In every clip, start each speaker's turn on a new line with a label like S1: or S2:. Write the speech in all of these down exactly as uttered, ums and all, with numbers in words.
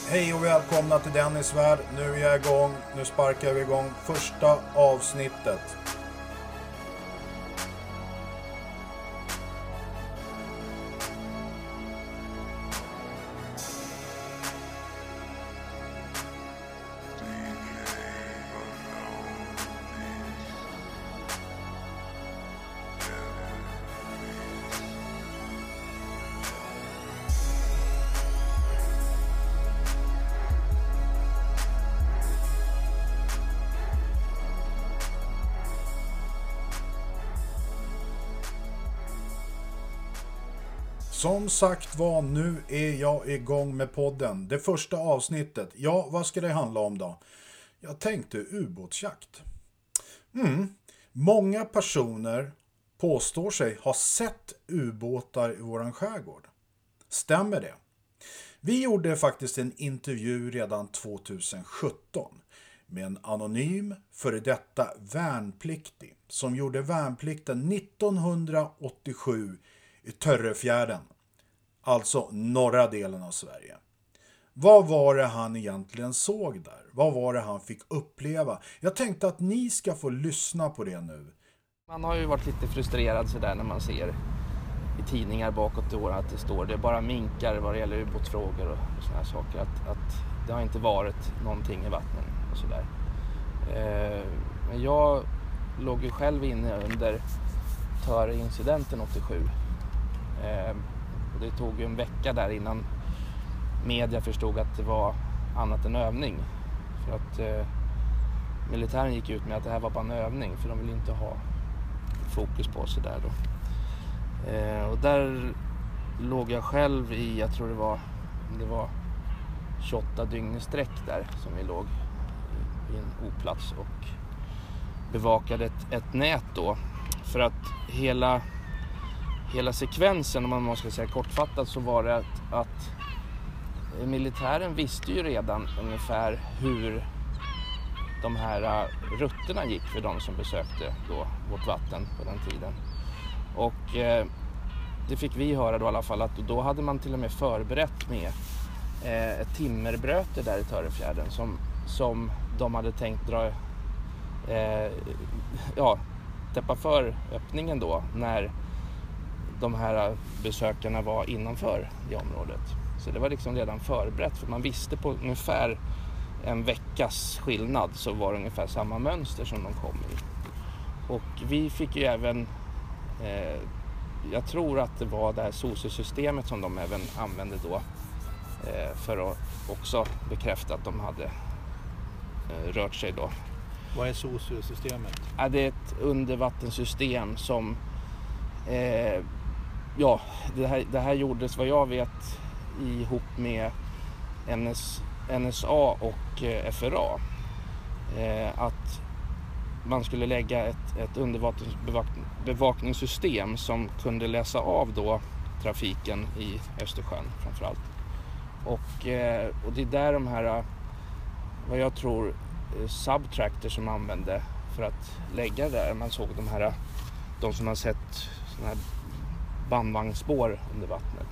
S1: Hej och välkomna till Dennis värld. Nu är jag igång. Nu sparkar vi igång första avsnittet. Som sagt var, nu är jag igång med podden. Det första avsnittet. Ja, vad ska det handla om då? Jag tänkte ubåtsjakt. Mm. Många personer påstår sig ha sett ubåtar i våran skärgård. Stämmer det? Vi gjorde faktiskt en intervju redan tjugohundrasjutton med en anonym före detta värnpliktig som gjorde värnplikten nittonhundraåttiosju i Törrefjärden, alltså norra delen av Sverige. Vad var det han egentligen såg där? Vad var det han fick uppleva? Jag tänkte att ni ska få lyssna på det nu.
S2: Man har ju varit lite frustrerad så där när man ser i tidningar bakåt i år att det står det är bara minkar vad det gäller ubåtsfrågor och såna här saker. Att, att det har inte varit någonting i vattnen och sådär. Eh, men jag låg ju själv inne under Töre-incidenten åttiosju. Eh, och det tog ju en vecka där innan media förstod att det var annat än övning. För att eh, militären gick ut med att det här var bara en övning för de vill inte ha fokus på sig där då. Eh, och där låg jag själv i, jag tror det var, det var tjugoåtta dygn i sträck där som vi låg i, i en oplats och bevakade ett, ett nät då. För att hela Hela sekvensen, om man måste säga kortfattat, så var det att, att militären visste ju redan ungefär hur de här rutterna gick för de som besökte då vårt vatten på den tiden. Och eh, det fick vi höra då i alla fall att då hade man till och med förberett med eh, ett timmerbröte där i Törrefjärden som, som de hade tänkt dra eh, ja, täppa för öppningen då när de här besökarna var innanför det området. Så det var liksom redan förberett för man visste på ungefär en veckas skillnad så var det ungefär samma mönster som de kom i. Och vi fick ju även, eh, jag tror att det var det här S O S U-systemet som de även använde då eh, för att också bekräfta att de hade eh, rört sig då.
S3: Vad är S O S U-systemet?
S2: Ja, det är ett undervattenssystem som eh, ja, det här, det här gjordes vad jag vet ihop med N S A och F R A. Eh, att man skulle lägga ett, ett undervattensbevakningssystem som kunde läsa av då trafiken i Östersjön framförallt. Och, eh, och det är där de här, vad jag tror, subtractor som använde för att lägga där. Man såg de här, de som har sett såna här bandvagnsspår under vattnet.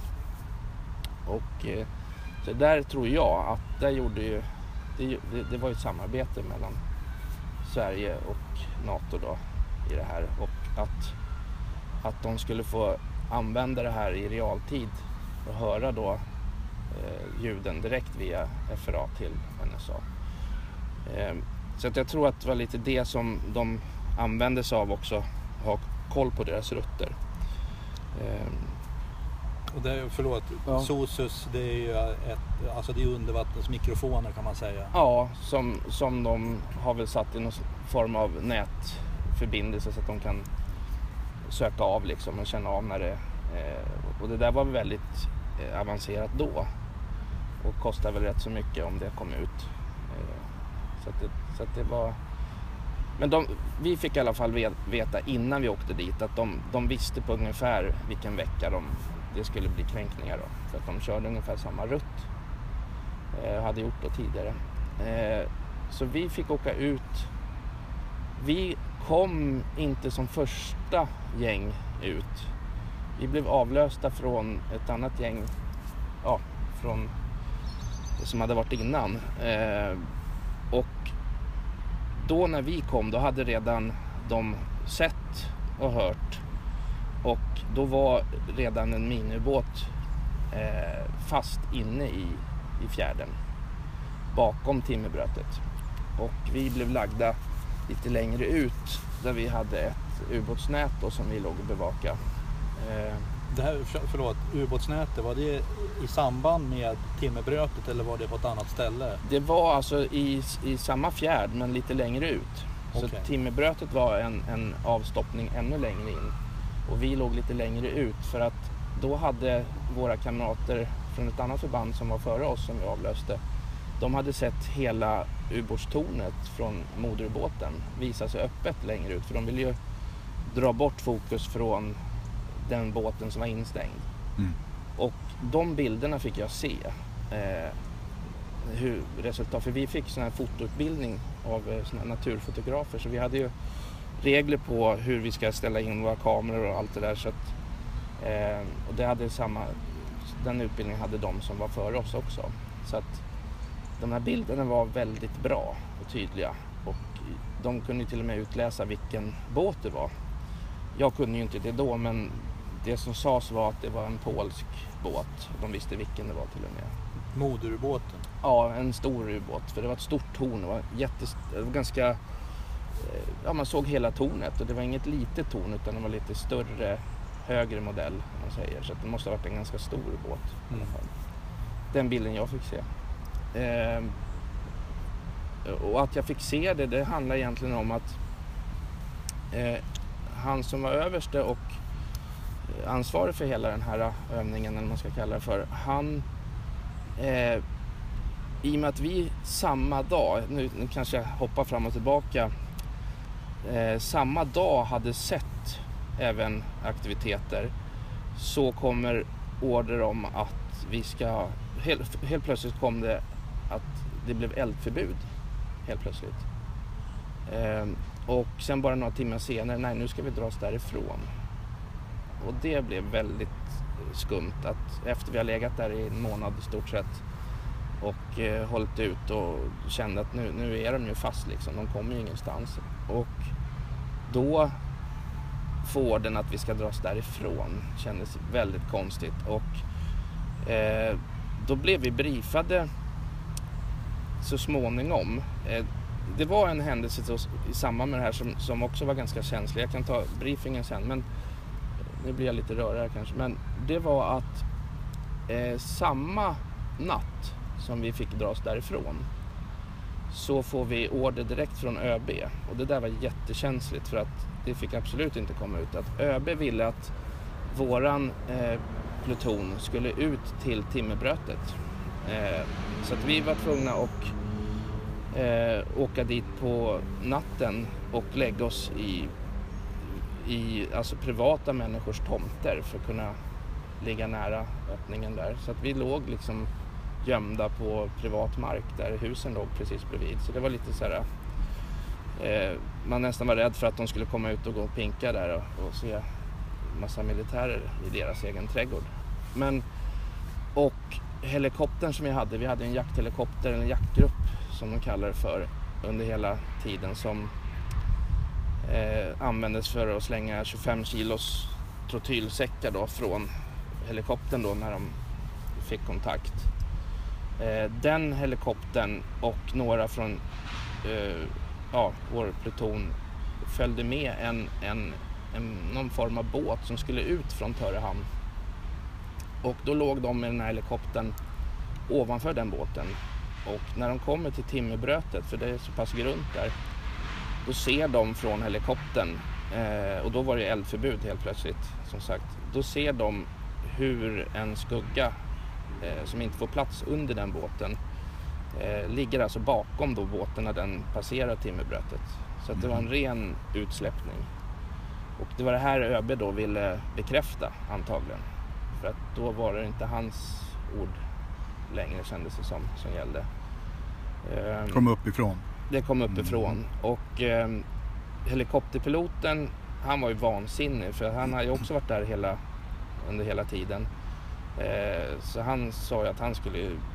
S2: Och eh, så där tror jag att där gjorde ju det, det, det var ju ett samarbete mellan Sverige och NATO då i det här och att att de skulle få använda det här i realtid och höra då eh, ljuden direkt via F R A till N S A. Eh, så att jag tror att det var lite det som de använde sig av också, ha koll på deras rutter.
S3: Och det är, förlåt, ja. S O S U S, det är ju ett, alltså det är undervattensmikrofoner kan man säga.
S2: Ja, som, som de har väl satt i någon form av nätförbindelse så att de kan söka av liksom och känna av när det eh, och det där var väldigt eh, avancerat då och kostar väl rätt så mycket om det kom ut. Eh, så att det, så att det var. Men de, vi fick i alla fall veta innan vi åkte dit att de, de visste på ungefär vilken vecka de, det skulle bli kränkningar då. För att de körde ungefär samma rutt. Eh, hade gjort det tidigare. Eh, så vi fick åka ut. Vi kom inte som första gäng ut. Vi blev avlösta från ett annat gäng. Ja, från som hade varit innan. Eh, och då när vi kom, då hade redan de sett och hört. Och då var redan en minibåt eh, fast inne i, i fjärden bakom timmerbrötet. Och vi blev lagda lite längre ut där vi hade ett ubåtsnät då, som vi låg och bevaka. Eh,
S3: det här, förlåt, ubåtsnätet, var det i samband med timmerbrötet eller var det på ett annat ställe?
S2: Det var alltså i, i samma fjärd men lite längre ut. Så okay. Timmerbrötet var en, en avstoppning ännu längre in. Och vi låg lite längre ut för att då hade våra kamrater från ett annat förband som var före oss som vi avlöste. De hade sett hela ubåtstornet från moderubåten visa sig öppet längre ut. För de ville ju dra bort fokus från den båten som var instängd. Mm. Och de bilderna fick jag se. Eh, hur resultat, för vi fick sån här fotoutbildning av såna här naturfotografer. Så vi hade ju regler på hur vi ska ställa in våra kameror och allt det där. Så att, eh, och det hade samma, den utbildningen hade de som var före oss också. Så att de här bilderna var väldigt bra och tydliga. Och de kunde till och med utläsa vilken båt det var. Jag kunde ju inte det då, men det som sades var att det var en polsk båt. De visste vilken det var till och med.
S3: Moderubåten?
S2: Ja, en stor ubåt. För det var ett stort torn. Det var, jättes, det var ganska... Ja, man såg hela tornet. Och det var inget litet torn utan det var lite större, högre modell. Man säger. Så det måste ha varit en ganska stor båt. Mm. I alla fall. Den bilden jag fick se. Eh, och att jag fick se det, det handlar egentligen om att eh, han som var överste och ansvarig för hela den här övningen, eller man ska kalla det för, han eh, i och med att vi samma dag, nu, nu kanske jag hoppar fram och tillbaka, eh, samma dag hade sett även aktiviteter, så kommer order om att vi ska, helt, helt plötsligt kom det att det blev eldförbud helt plötsligt. Eh, och sen bara några timmar senare, nej nu ska vi dra oss därifrån. Och det blev väldigt skumt att efter vi har legat där i en månad i stort sett och eh, hållit ut och kände att nu, nu är de ju fast liksom, de kommer ju ingenstans. Och då får den att vi ska dras därifrån kändes väldigt konstigt. Och eh, då blev vi briefade så småningom. Eh, det var en händelse så, i samband med det här som, som också var ganska känslig. Jag kan ta briefingen sen, men nu blir jag lite rörigare kanske. Men det var att eh, samma natt som vi fick dras därifrån så får vi order direkt från ÖB. Och det där var jättekänsligt för att det fick absolut inte komma ut. Att ÖB ville att våran eh, pluton skulle ut till timmerbrötet. Eh, så att vi var tvungna att eh, åka dit på natten och lägga oss i i alltså privata människors tomter för att kunna ligga nära öppningen där. Så att vi låg liksom gömda på privat mark där husen låg precis bredvid. Så det var lite så här, eh, man nästan var rädd för att de skulle komma ut och gå och pinka där och, och se massa militärer i deras egen trädgård. Men, och helikoptern som vi hade, vi hade en jakthelikopter, en jaktgrupp som de kallar det för, under hela tiden som Eh, användes för att slänga tjugofem kilos trotylsäckar då från helikoptern då när de fick kontakt. Eh, den helikoptern och några från eh, ja, vår pluton följde med en, en, en, någon form av båt som skulle ut från Törehamn. Och då låg de med den här helikoptern ovanför den båten. Och när de kommer till timmerbrötet, för det är så pass grunt där, då ser de från helikoptern, eh, och då var det eldförbud helt plötsligt, som sagt. Då ser de hur en skugga eh, som inte får plats under den båten eh, ligger alltså bakom då båten när den passerar timmerbrötet. Så att det var en ren utsläppning. Och det var det här ÖB då ville bekräfta antagligen. För att då var det inte hans ord längre, kändes det som, som gällde.
S1: Eh, Kom uppifrån.
S2: Det kom uppifrån. Mm. Och eh, helikopterpiloten, han var ju vansinnig för han har ju också varit där hela, under hela tiden. Eh, så han sa ju att han skulle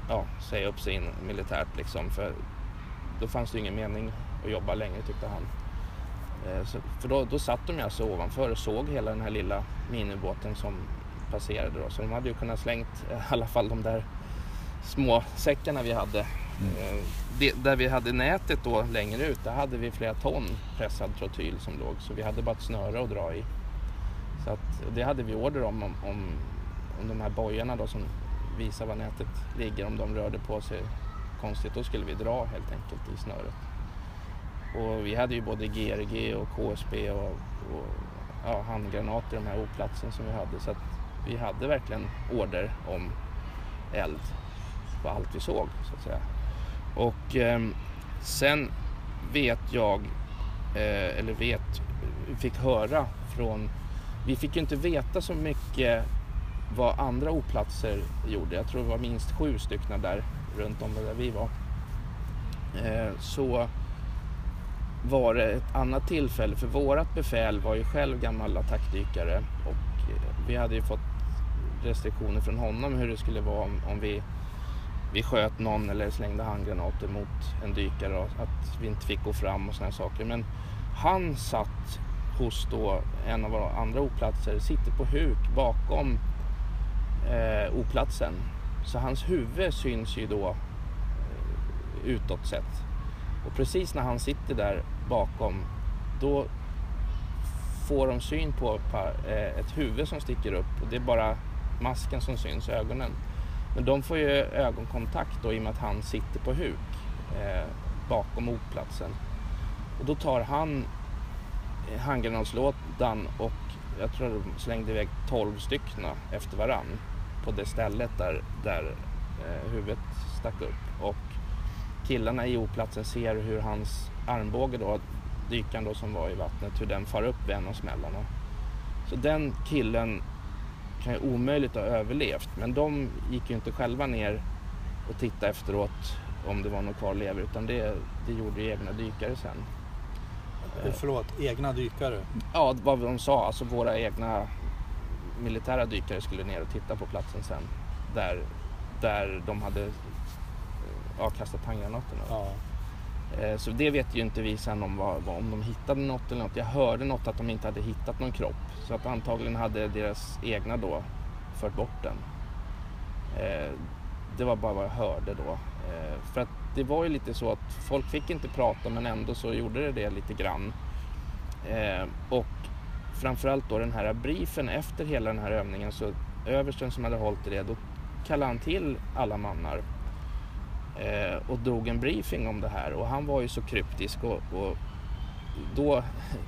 S2: ja, säga upp sig in militärt liksom, för då fanns det ingen mening att jobba längre, tyckte han. Eh, så, för då, då satt de alltså ovanför och såg hela den här lilla minibåten som passerade då, så de hade ju kunnat slängt i alla fall de där små säckarna vi hade. Mm. Eh, det, där vi hade nätet då längre ut, där hade vi flera ton pressad trotyl som låg, så vi hade bara ett snöre att dra i. Så att, det hade vi order om, om, om, om de här bojarna då som visar var nätet ligger, om de rörde på sig konstigt, då skulle vi dra helt enkelt i snöret. Och vi hade ju både G R G och K S B och, och ja, handgranater, de här oplatsen som vi hade, så att vi hade verkligen order om eld på allt vi såg, så att säga. Och eh, sen vet jag, eh, eller vet, fick höra från, vi fick ju inte veta så mycket vad andra oplatser gjorde. Jag tror det var minst sju stycken där runt om där vi var. Eh, så var det ett annat tillfälle, för vårat befäl var ju själv gammal attackdykare och vi hade ju fått restriktioner från honom hur det skulle vara om, om vi, vi sköt någon eller slängde handgranater mot en dykare och att vi inte fick gå fram och såna saker. Men han satt hos då en av våra andra oplatser, sitter på huk bakom eh, oplatsen. Så hans huvud syns ju då eh, utåt sett. Och precis när han sitter där bakom, då får de syn på eh, ett huvud som sticker upp. Och det är bara masken som syns, ögonen. Men de får ju ögonkontakt då i och med att han sitter på huk eh, bakom oplatsen. Och då tar han handgranatslådan och jag tror de slängde iväg tolv stycken efter varann på det stället där, där eh, huvudet stack upp. Och killarna i oplatsen ser hur hans armbåge då, dykaren då som var i vattnet, hur den far upp vid en av smällarna. Så den killen kan ju omöjligt ha överlevt, men de gick ju inte själva ner och tittade efteråt om det var någon kvarlever, utan det, det gjorde ju egna dykare sen.
S3: Förlåt, egna dykare?
S2: Ja, vad de sa, alltså våra egna militära dykare skulle ner och titta på platsen sen, där, där de hade ja, kastat handgranaterna.
S3: Ja.
S2: Så det vet ju inte vi sen om, vad, om de hittade något eller något. Jag hörde något att de inte hade hittat någon kropp, så att antagligen hade deras egna då fört bort den. Det var bara vad jag hörde då. För att det var ju lite så att folk fick inte prata, men ändå så gjorde det det lite grann. Och framförallt då den här briefen efter hela den här övningen, så översten som hade hållit i det, då kallade han till alla mannar och drog en briefing om det här, och han var ju så kryptisk och, och då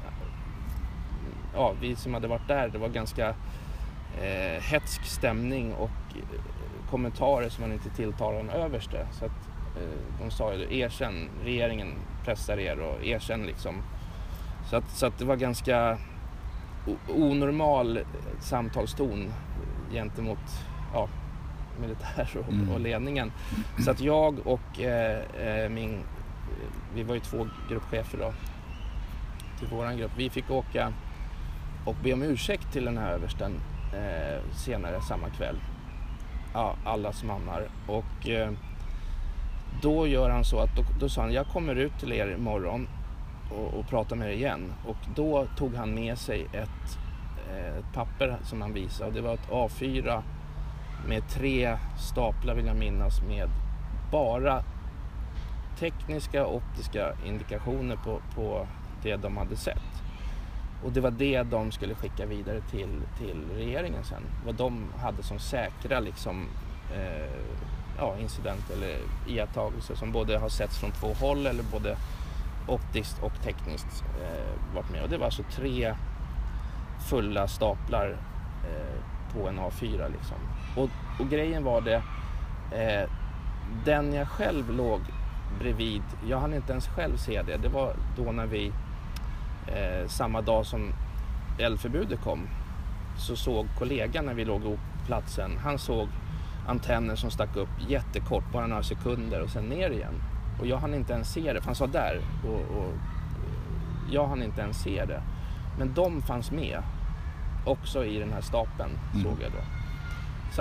S2: ja, vi som hade varit där, det var ganska eh, hetsk stämning och kommentarer som man inte tilltalar en överste, så att eh, de sa ju erkänn, regeringen pressar er och erkänn liksom, så att, så att det var ganska onormal samtalston gentemot ja, militär och, mm. och ledningen. Så att jag och eh, min, vi var ju två gruppchefer då till våran grupp, vi fick åka och be om ursäkt till den här översten eh, senare samma kväll. Ja, allas mannar. Och eh, då gör han så att då, då sa han, jag kommer ut till er imorgon och, och pratar med er igen. Och då tog han med sig ett, eh, ett papper som han visade, och det var ett A fyra med tre staplar vill jag minnas, med bara tekniska och optiska indikationer på, på det de hade sett. Och det var det de skulle skicka vidare till, till regeringen sen. Vad de hade som säkra liksom, eh, ja, incident eller iakttagelser som både har setts från två håll eller både optiskt och tekniskt eh, varit med. Och det var alltså tre fulla staplar eh, på en A fyra liksom. Och, och grejen var det, eh, den jag själv låg bredvid, jag hann inte ens själv se det. Det var då när vi, eh, samma dag som eldförbudet kom, så såg kollegan när vi låg på platsen, han såg antenner som stack upp jättekort, bara några sekunder och sen ner igen. Och jag hann inte ens se det, för han sa där, och, och jag hann inte ens se det. Men de fanns med också i den här stapeln, mm. såg jag då. Så att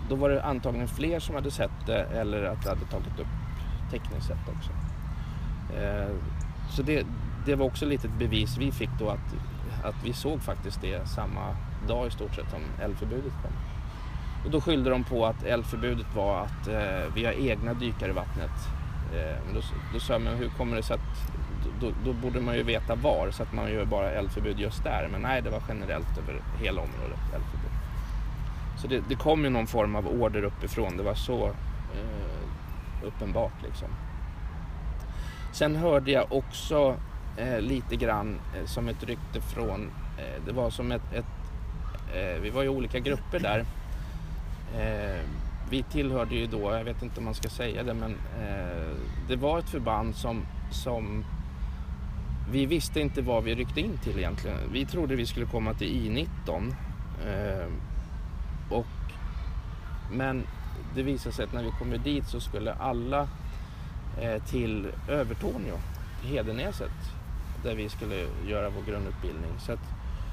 S2: då var det antagligen fler som hade sett det eller att det hade tagit upp tekniskt sett också. Eh, så det, det var också lite ett bevis vi fick då att, att vi såg faktiskt det samma dag i stort sett som eldförbudet kom. Och då skyllde de på att eldförbudet var att eh, vi har egna dykare i vattnet. Eh, men då, då sa jag, men hur kommer det sig att då, då borde man ju veta var, så att man gör bara eldförbud just där. Men nej, det var generellt över hela området eldförbud. Så det, det kom ju någon form av order uppifrån, det var så eh, uppenbart liksom. Sen hörde jag också eh, lite grann eh, som ett rykte från, eh, det var som ett, ett eh, vi var i olika grupper där. Eh, vi tillhörde ju då, jag vet inte om man ska säga det, men eh, det var ett förband som, som vi visste inte vad vi ryckte in till egentligen. Vi trodde vi skulle komma till I nitton. Eh, och, men det visade sig att när vi kommer dit så skulle alla eh, till Övertorneå, Hedenäset, där vi skulle göra vår grundutbildning. Så att,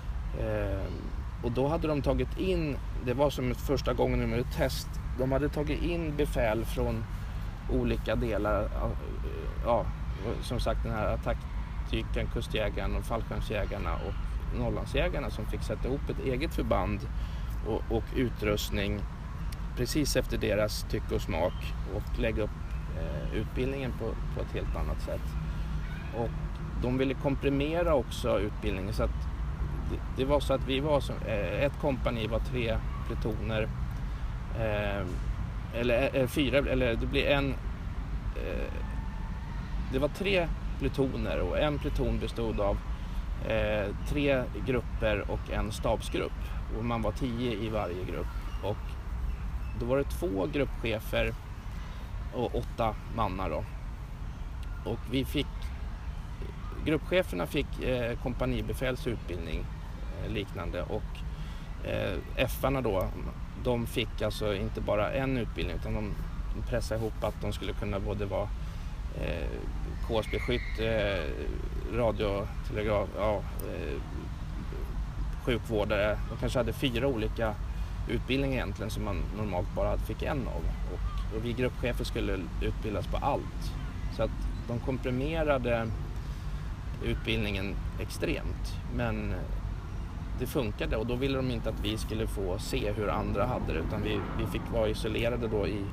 S2: eh, och då hade de tagit in, det var som första gången med ett test, de hade tagit in befäl från olika delar, ja, som sagt den här attacktyken, kustjägaren och fallskärmsjägarna och Norrlandsjägarna som fick sätta ihop ett eget förband och, och utrustning precis efter deras tycke och smak och lägga upp eh, utbildningen på, på ett helt annat sätt. Och de ville komprimera också utbildningen så att det, det var så att vi var som, eh, ett kompani var tre plutoner eh, eller eh, fyra, eller det blir en eh, det var tre plutoner och en pluton bestod av eh, tre grupper och en stabsgrupp och man var tio i varje grupp och då var det två gruppchefer och åtta mannar då. Och vi fick gruppcheferna fick eh, kompanibefälsutbildning eh, liknande och eh, F-arna då, de fick alltså inte bara en utbildning utan de pressade ihop att de skulle kunna både vara eh, K S B-skytt, eh, radio, telegraf, ja, eh, sjukvårdare. De kanske hade fyra olika utbildningar egentligen som man normalt bara fick en av. Och, och vi gruppchefer skulle utbildas på allt. Så att de komprimerade utbildningen extremt. Men det funkade och då ville de inte att vi skulle få se hur andra hade det. Utan vi, vi fick vara isolerade då i,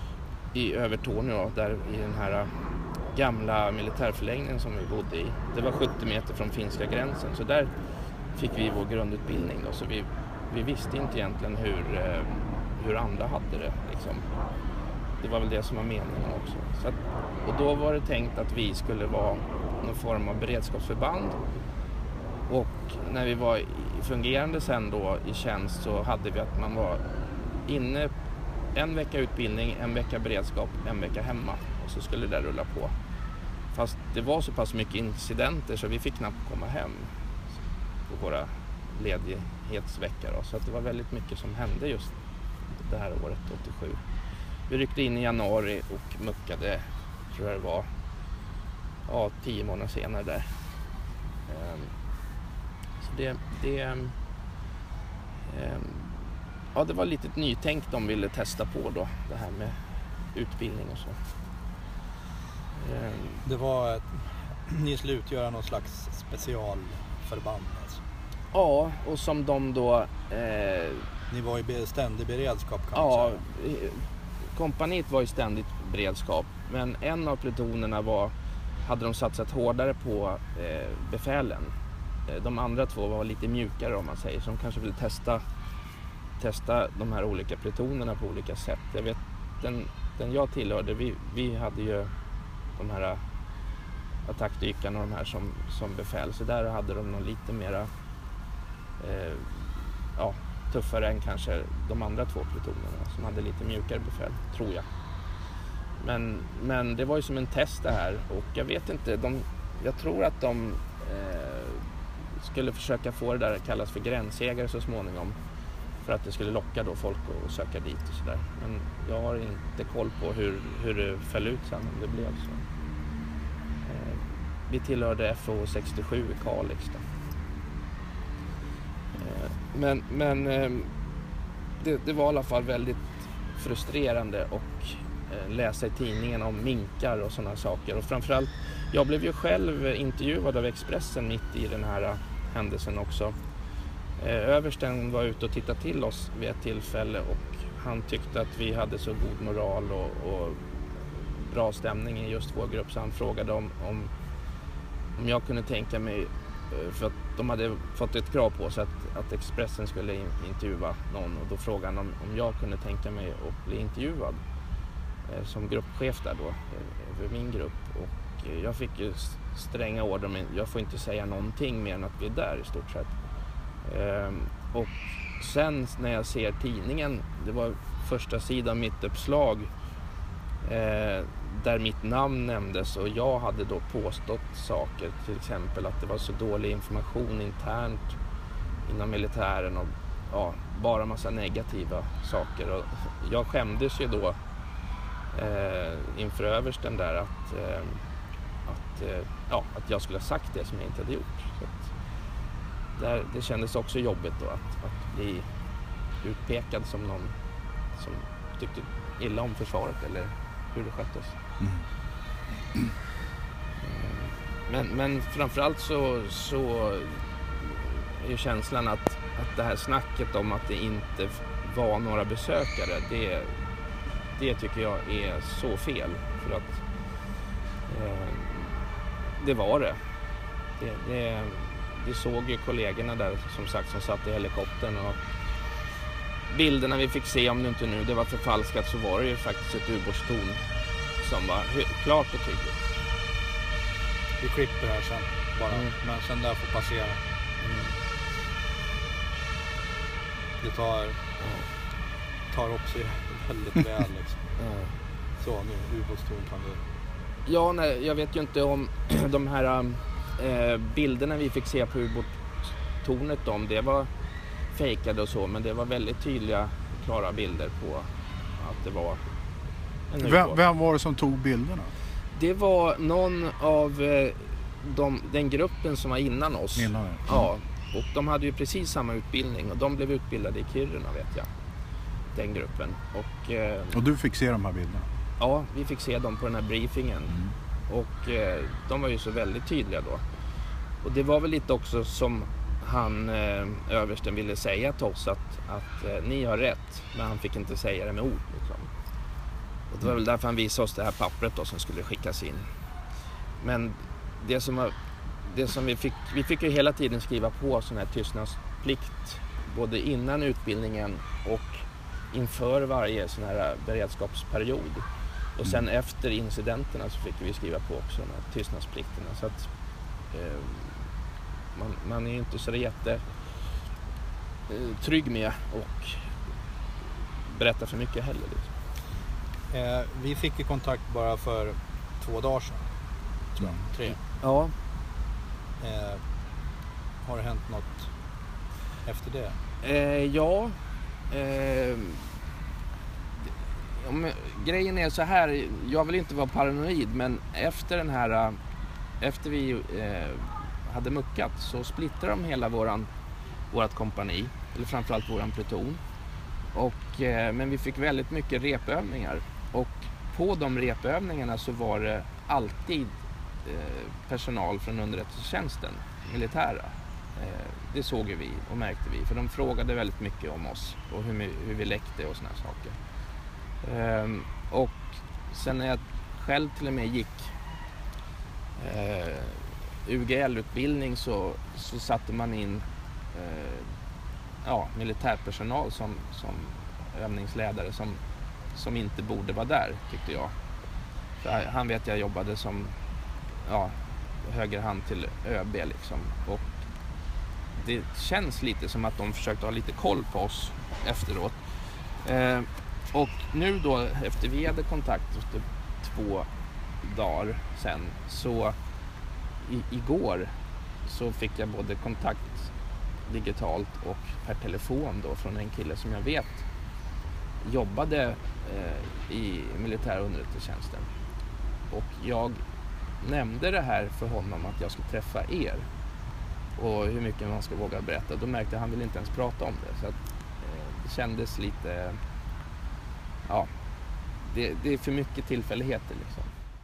S2: i Övertorneå, där i den här gamla militärförläggningen som vi bodde i. Det var sjuttio meter från finska gränsen, så där fick vi vår grundutbildning då. Så vi, vi visste inte egentligen hur, hur andra hade det liksom. Det var väl det som var meningen också. Så att, och då var det tänkt att vi skulle vara någon form av beredskapsförband. Och när vi var fungerande sen då i tjänst så hade vi att man var inne en vecka utbildning, en vecka beredskap, en vecka hemma. Och så skulle det rulla på. Fast det var så pass mycket incidenter så vi fick knappt komma hem på våra ledighetsveckor. Då. Så att det var väldigt mycket som hände just det här året, åttiosju. Vi ryckte in i januari och muckade, tror jag det var, ja, tio månader senare där. Så det, det, ja, det var lite ett nytänk de ville testa på då, det här med utbildning och så.
S3: Det var ett, ni skulle utgöra någon slags specialförband alltså.
S2: Ja, och som de då eh,
S3: ni var i ständig beredskap kan man
S2: ja,
S3: säga.
S2: Kompaniet var i ständigt beredskap, men en av plutonerna var, hade de satsat hårdare på eh, befälen. De andra två var lite mjukare om man säger, som kanske ville testa testa de här olika plutonerna på olika sätt. Jag vet, den, den jag tillhörde, vi, vi hade ju de här attackdykarna och de här som, som befäl, så där hade de någon lite mera eh, ja, tuffare än kanske de andra två plutonerna som hade lite mjukare befäl, tror jag. Men, men det var ju som en test det här och jag vet inte, de, jag tror att de eh, skulle försöka få det där att kallas för gränsjägare så småningom för att det skulle locka då folk att söka dit och sådär. Men jag har inte koll på hur, hur det föll ut sen, om det blev så. Eh, vi tillhörde F O sextiosju i Kalix då. Eh, men men eh, det, det var i alla fall väldigt frustrerande och eh, läsa i tidningen om minkar och sådana saker. Och framförallt, jag blev ju själv intervjuad av Expressen mitt i den här händelsen också. Eh, översten var ute och tittade till oss vid ett tillfälle och han tyckte att vi hade så god moral och, och bra stämning i just vår grupp, så han frågade om, om, om jag kunde tänka mig, för att de hade fått ett krav på sig att, att Expressen skulle in, intervjua någon, och då frågade han om, om jag kunde tänka mig att bli intervjuad eh, som gruppchef där då, eh, över min grupp. Och eh, jag fick ju stränga order, men jag får inte säga någonting mer än att vi är där i stort sett. Eh, och sen när jag ser tidningen, det var första sidan mitt uppslag eh, där mitt namn nämndes, och jag hade då påstått saker, till exempel att det var så dålig information internt inom militären och ja, bara massa negativa saker. Och jag skämdes ju då eh, inför översten där att, eh, att, eh, ja, att jag skulle ha sagt det som jag inte hade gjort. Så att, där, det kändes också jobbigt då att, att bli utpekad som någon som tyckte illa om försvaret eller hur det sköttes. Mm. Men, men framförallt så, så är känslan att, att det här snacket om att det inte var några besökare, det, det tycker jag är så fel. För att eh, det var det. Det, det. Vi såg ju kollegorna där som sagt som satt i helikoptern, och bilderna vi fick se, om det inte nu det var förfalskat, så var det ju faktiskt ett ubåtstorn som var klart och tydligt.
S3: Vi klipper här sen bara, mm. men sen där får passera. Mm. Det tar, mm. tar också väldigt väl liksom. Mm. Så nu, ubåtstorn kan du...
S2: Ja, nej, jag vet ju inte om de här eh, bilderna vi fick se på ubåtstornet, om det var fejkade och så, men det var väldigt tydliga, klara bilder på att det var en ubåt.
S1: Vem, vem var det som tog bilderna?
S2: Det var någon av eh, de, den gruppen som var innan oss.
S1: Innan, ja.
S2: Ja, och de hade ju precis samma utbildning, och de blev utbildade i Kiruna, vet jag. Den gruppen. Och, eh,
S1: och du fick se de här bilderna?
S2: Ja, vi fick se dem på den här briefingen. Mm. Och eh, de var ju så väldigt tydliga då. Och det var väl lite också som han, eh, översten, ville säga till oss att, att eh, ni har rätt, men han fick inte säga det med ord. Liksom. Och det var väl därför han visade oss det här pappret då, som skulle skickas in. Men det som, var, det som vi fick, vi fick ju hela tiden skriva på sån här tystnadsplikt, både innan utbildningen och inför varje sån här beredskapsperiod. Och sen mm. efter incidenterna så fick vi skriva på också de här tystnadsplikterna. Så att eh, man, man är ju inte så jätte eh, trygg med och berätta för mycket heller. Liksom.
S3: Eh, vi fick i kontakt bara för två dagar sedan. Tror jag. Tre.
S2: Ja.
S3: Eh, har det hänt något efter det?
S2: Eh, ja. Eh, om, grejen är så här, jag vill inte vara paranoid, men efter den här, efter vi eh, hade muckat, så splittrade de hela våran, vårat kompani, eller framförallt våran pluton. Och, eh, men vi fick väldigt mycket repövningar, och på de repövningarna så var det alltid eh, personal från underrättelsetjänsten, militära. Eh, det såg vi och märkte vi, för de frågade väldigt mycket om oss och hur, hur vi läckte och såna saker. Eh, och sen när jag själv till och med gick eh, U G L-utbildning så, så satte man in eh, ja, militärpersonal som, som övningsledare som, som inte borde vara där, tyckte jag. För han vet jag jobbade som ja, höger hand till ÖB liksom. Och det känns lite som att de försökte ha lite koll på oss efteråt. Eh, och nu då, efter vi hade kontakt efter två dagar sen, så i, igår så fick jag både kontakt digitalt och per telefon då från en kille som jag vet jobbade eh, i militär underrättelsetjänsten. Och jag nämnde det här för honom, att jag skulle träffa er och hur mycket man ska våga berätta. Då märkte jag att han ville inte ens prata om det, så att, eh, det kändes lite ja, det, det är för mycket tillfälligheter liksom.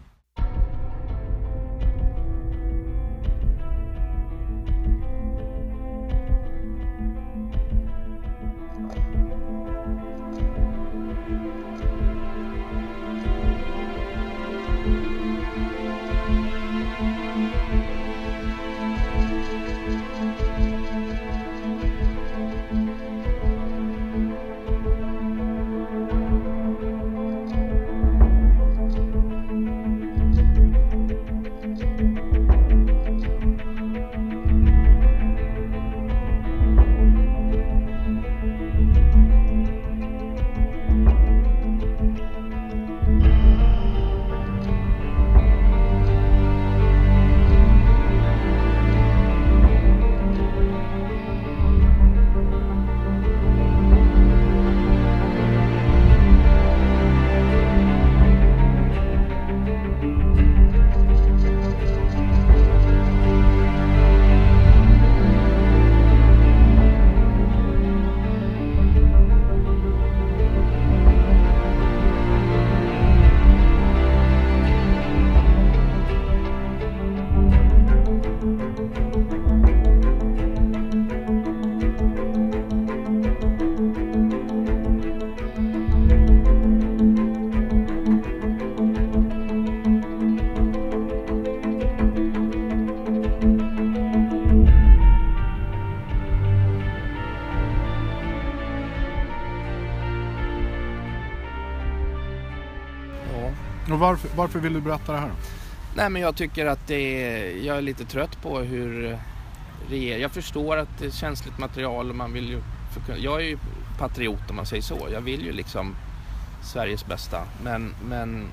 S1: Och varför, varför vill du berätta det här?
S2: Nej, men jag tycker att det är, jag är lite trött på hur regeringen, jag förstår att det är känsligt material och man vill ju, jag är ju patriot om man säger så, jag vill ju liksom Sveriges bästa, men, men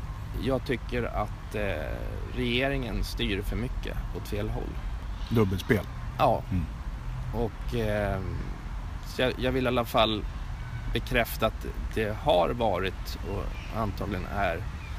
S2: jag tycker att eh, regeringen styr för mycket åt fel håll.
S1: Dubbelspel?
S2: Ja, mm. och eh, så jag, jag vill i alla fall bekräfta att det har varit och antagligen är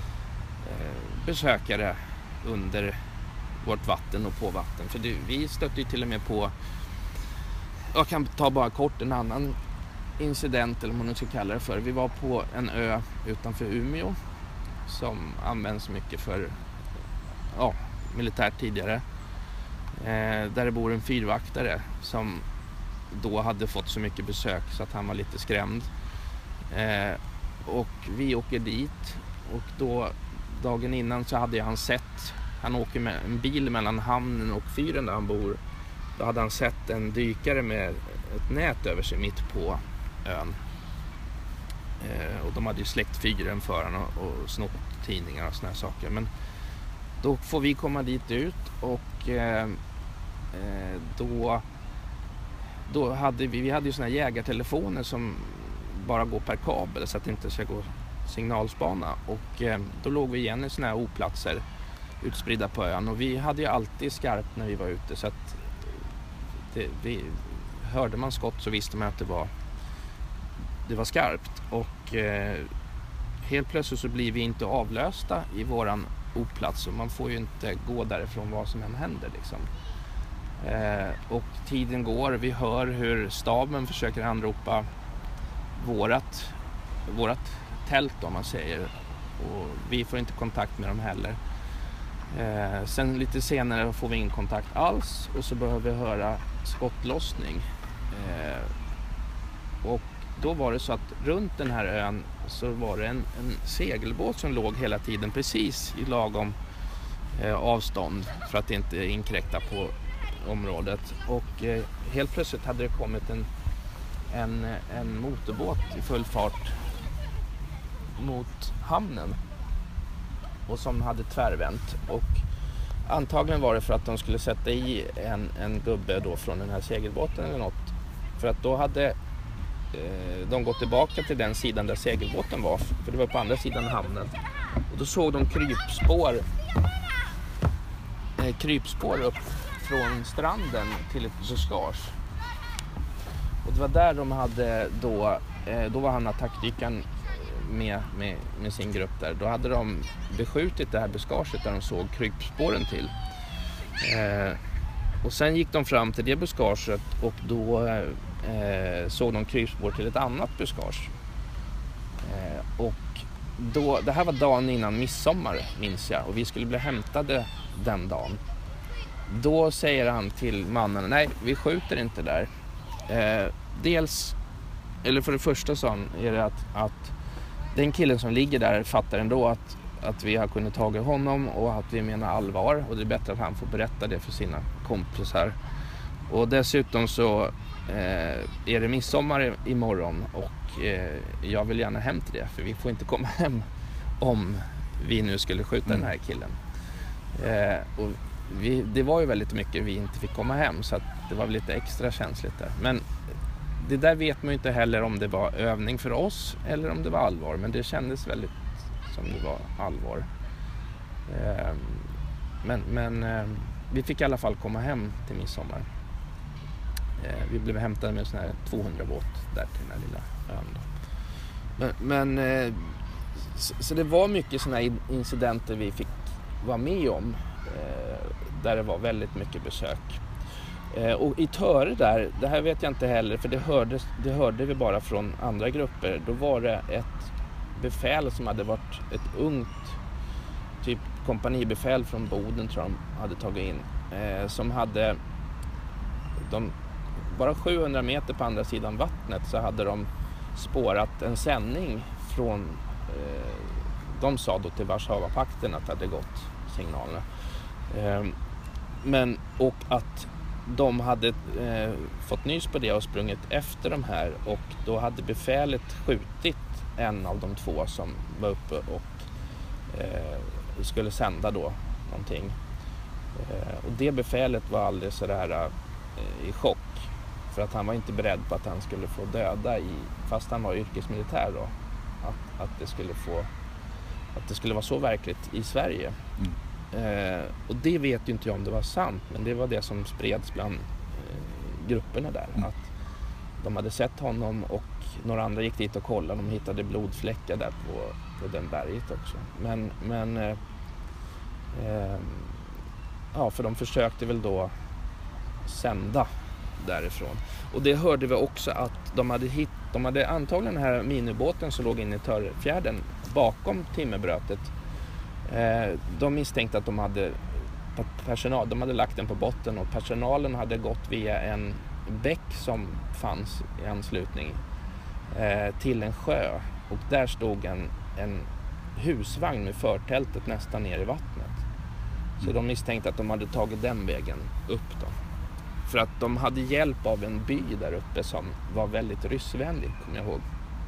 S2: eh, besökare under vårt vatten och på vatten. För det, vi stötte ju till och med på, jag kan ta bara kort en annan incident eller vad man nu ska kalla det för. Vi var på en ö utanför Umeå som används mycket för ja, militärt tidigare. Eh, där det bor en fyrvaktare som då hade fått så mycket besök så att han var lite skrämd. Eh, och vi åker dit och då dagen innan så hade han sett, han åker med en bil mellan hamnen och fyren där han bor. Då hade han sett en dykare med ett nät över sig mitt på ön. Eh, och de hade ju släckt fyren för honom och, och snott tidningar och såna här saker. Men då får vi komma dit ut och eh, då Då hade vi, vi hade ju såna här jägartelefoner som bara går per kabel så att det inte ska gå signalspana. Och eh, då låg vi igen i såna här oplatser utspridda på ön. Och vi hade ju alltid skarpt när vi var ute så att det, vi, hörde man skott så visste man att det var, det var skarpt. Och eh, helt plötsligt så blir vi inte avlösta i våran oplats och man får ju inte gå därifrån vad som än händer liksom. Eh, och tiden går, vi hör hur staben försöker anropa vårat, vårat tält om man säger, och vi får inte kontakt med dem heller. Eh, sen lite senare får vi ingen kontakt alls och så behöver vi höra skottlossning. Eh, och då var det så att runt den här ön så var det en, en segelbåt som låg hela tiden precis i lagom eh, avstånd för att inte inkräkta på området. Och eh, helt plötsligt hade det kommit en, en, en motorbåt i full fart mot hamnen och som hade tvärvänt. Och antagligen var det för att de skulle sätta i en, en gubbe då från den här segelbåten eller något. För att då hade eh, de gått tillbaka till den sidan där segelbåten var. För det var på andra sidan hamnen. Och då såg de krypspår eh, krypspår upp från stranden till ett buskage. Och det var där de hade då, eh, då var han attackdykaren med, med, med sin grupp där. Då hade de beskjutit det här buskaget där de såg krypspåren till. Eh, och sen gick de fram till det buskaget och då eh, såg de krypspår till ett annat buskage. Eh, och då, det här var dagen innan midsommar, minns jag. Och vi skulle bli hämtade den dagen. Då säger han till mannen, nej, vi skjuter inte där. Eh, dels, eller för det första sa han, är det att, att den killen som ligger där fattar ändå att, att vi har kunnat ta honom och att vi menar allvar. Och det är bättre att han får berätta det för sina kompisar. Och dessutom så eh, är det midsommar imorgon och eh, jag vill gärna hem till det. För vi får inte komma hem om vi nu skulle skjuta mm. den här killen. Eh, och vi, det var ju väldigt mycket vi inte fick komma hem, så att det var lite extra känsligt där. Men det där vet man ju inte heller om det var övning för oss eller om det var allvar. Men det kändes väldigt som det var allvar. Eh, men men eh, vi fick i alla fall komma hem till midsommar. Eh, vi blev hämtade med en sån här tvåhundra-båt där till den här lilla ön då. Men, men eh, så, så det var mycket såna här incidenter vi fick vara med om. Eh, där det var väldigt mycket besök. Eh, och i Töre där, det här vet jag inte heller, för det, hördes, det hörde vi bara från andra grupper. Då var det ett befäl som hade varit ett ungt typ kompanibefäl från Boden, tror jag de hade tagit in. Eh, som hade de, bara sjuhundra meter på andra sidan vattnet så hade de spårat en sändning från eh, de sa då till Warszawapakten att det hade gått signalerna. Eh, men, och att de hade eh, fått nys på det och sprungit efter de här, och då hade befälet skjutit en av de två som var uppe och eh, skulle sända då någonting. Eh, och det befälet var alldeles sådär eh, i chock, för att han var inte beredd på att han skulle få döda i, fast han var yrkesmilitär då, att, att det skulle få att det skulle vara så verkligt i Sverige. Mm. Eh, och det vet ju inte jag om det var sant, men det var det som spreds bland eh, grupperna där. Mm. Att de hade sett honom och några andra gick dit och kollade. De hittade blodfläckar där på, på den berget också. Men, men eh, eh, ja, för de försökte väl då sända därifrån. Och det hörde vi också att de hade hitt, de hade antagligen den här minibåten som låg inne i Törrefjärden bakom timmerbrötet. Eh, de misstänkte att de hade personal, de hade lagt den på botten, och personalen hade gått via en bäck som fanns i anslutning eh, till en sjö, och där stod en, en husvagn med förtältet nästan ner i vattnet. Så de misstänkte att de hade tagit den vägen upp då. För att de hade hjälp av en by där uppe som var väldigt ryssvänlig, kommer jag ihåg.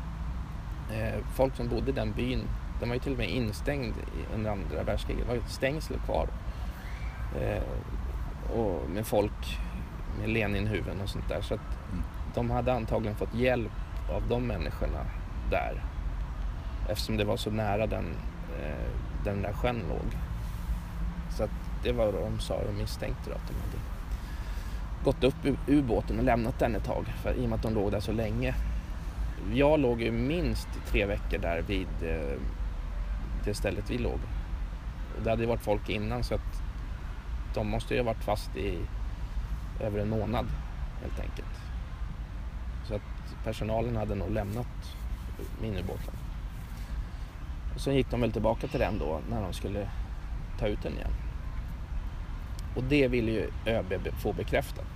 S2: Eh, folk som bodde i den byn, den var ju till och med instängd under andra världskriget. Det var ju ett stängsel kvar. Eh, och med folk med Leninhuvuden och sånt där. Så att mm. de hade antagligen fått hjälp av de människorna där. Eftersom det var så nära den, eh, den där sjön låg. Så att det var vad de sa och misstänkte då, att de hade gått upp ur ubåten och lämnat den ett tag. För, i och med att de låg där så länge. Jag låg ju minst tre veckor där vid eh, det stället vi låg. Och det hade ju varit folk innan, så att de måste ju ha varit fast i över en månad helt enkelt. Så att personalen hade nog lämnat minibåten. Och så gick de väl tillbaka till den då när de skulle ta ut den igen. Och det ville ju ÖB få bekräftat.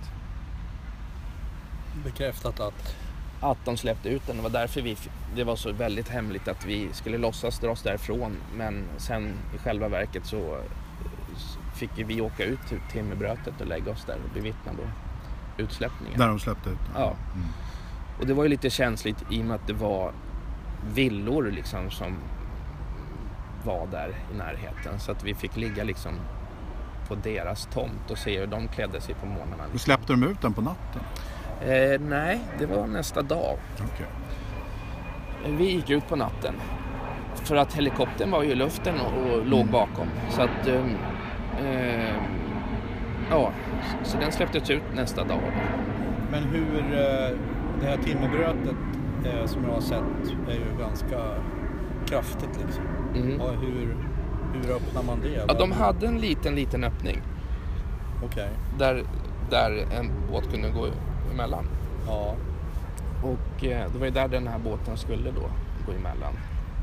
S3: Bekräftat att?
S2: Att de släppte ut den. Det var därför vi, det var så väldigt hemligt att vi skulle låtsas dra oss därifrån. Men sen i själva verket så fick vi åka ut till timmerbrötet och lägga oss där och bevittna då utsläppningen.
S1: Där de släppte ut?
S2: Ja. Mm. Och det var ju lite känsligt i och med att det var villor liksom som var där i närheten. Så att vi fick ligga liksom på deras tomt och se hur de klädde sig på morgnarna. Liksom.
S1: Släppte de ut den på natten?
S2: Eh, nej, det var nästa dag.
S1: Okay.
S2: Vi gick ut på natten. För att helikoptern var ju i luften och, och låg bakom. Så att eh, ja, så den släpptes ut nästa dag.
S3: Men hur eh, det här timmerbrötet eh, som jag har sett är ju ganska kraftigt liksom. Mm. Ja, hur, hur öppnar man det?
S2: Ja, de hade en liten, liten öppning.
S3: Okej. Okay.
S2: Där, där en båt kunde gå emellan.
S3: Ja.
S2: Och eh, det var ju där den här båten skulle då gå emellan.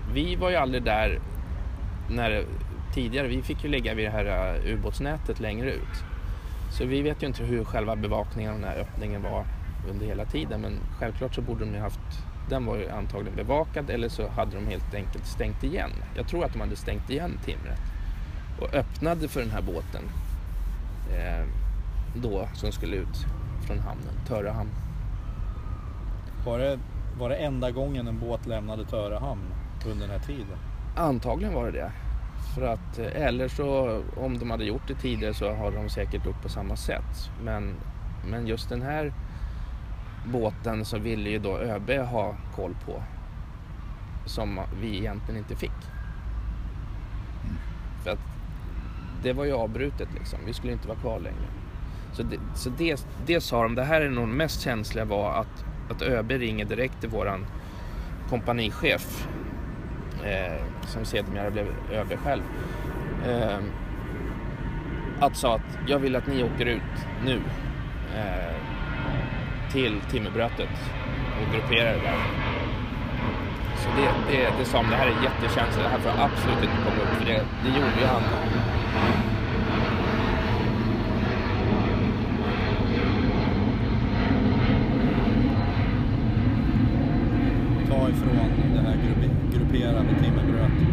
S2: vi var ju aldrig där när tidigare, vi fick ju ligga vid det här ubåtsnätet längre ut. Så vi vet ju inte hur själva bevakningen av den här öppningen var under hela tiden, men självklart så borde de ju haft, den var ju antagligen bevakad, eller så hade de helt enkelt stängt igen. Jag tror att de hade stängt igen timret och öppnade för den här båten eh, då som skulle ut från hamnen, Törehamn.
S3: Var det, var det enda gången en båt lämnade Törehamn under den här tiden?
S2: Antagligen var det det. För att, eller så om de hade gjort det tidigare så har de säkert gjort på samma sätt. Men, men just den här båten så ville ju då ÖB ha koll på, som vi egentligen inte fick. Mm. För att det var ju avbrutet liksom, vi skulle inte vara kvar längre. Så det, så det, det sa de, det här är nog mest känsliga var att, att ÖB ringer direkt till våran kompanichef. Eh, som sedermera blev ÖB själv, eh, att sa att jag vill att ni åker ut nu eh, till timmerbrötet och grupperar det där. Så det, det, det sa om det här är jättekänsligt, det här får absolut inte komma upp, för det, det gjorde ju han.
S3: Ta ifrån det här gruppi- grupperade timmerbrötet.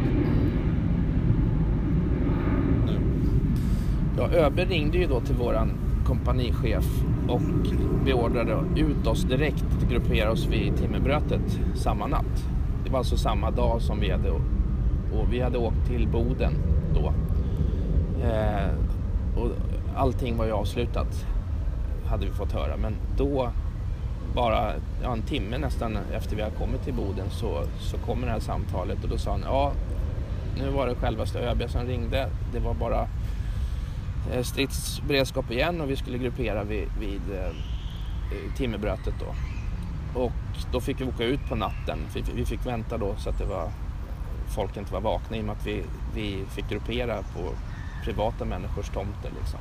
S3: Nu.
S2: Ja, ÖB ringde ju då till våran kompanichef och beordrade ut oss direkt att gruppera oss vid timmerbrötet samma natt. Det var alltså samma dag som vi hade, och vi hade åkt till Boden då. Eh, och allting var ju avslutat, hade vi fått höra. Men då, bara ja, en timme nästan efter vi hade kommit till Boden, så, så kommer det här samtalet. Och då sa han, ja, nu var det självaste ÖB som ringde. Det var bara eh, stridsberedskap igen och vi skulle gruppera vid, vid eh, timmerbrötet då. Och då fick vi åka ut på natten. Vi, vi fick vänta då så att det var, folk inte var vakna, i och med att vi, vi fick gruppera på privata människors tomter liksom.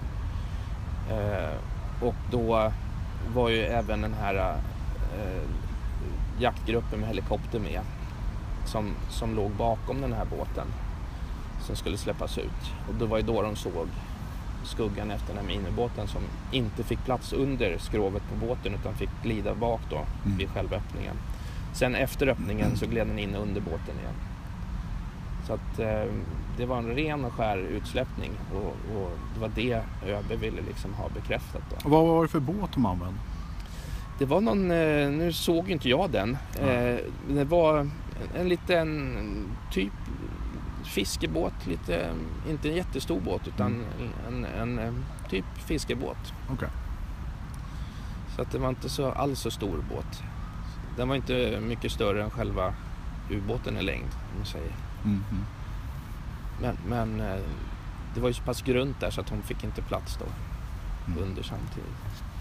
S2: Eh, och då var ju även den här eh, jaktgruppen med helikopter med, som, som låg bakom den här båten som skulle släppas ut. Och då var ju då de såg skuggan efter den här minibåten som inte fick plats under skrovet på båten utan fick glida bak då mm. vid själva öppningen. Sen efter öppningen så gled den in under båten igen. Så att eh, det var en ren och skär utsläppning, och, och det var det ÖB ville liksom ha bekräftat då.
S4: Och vad var det för båt de använde?
S2: Det var någon, eh, nu såg inte jag den, eh, det var en liten typ fiskebåt, lite, inte en jättestor båt utan mm. en, en, en typ fiskebåt.
S4: Okay.
S2: Så att det var inte så alls så stor båt. Den var inte mycket större än själva ubåten i längd, om man säger.
S4: Mm.
S2: Men, men det var ju så pass grunt där så att hon fick inte plats då mm. under samtidigt.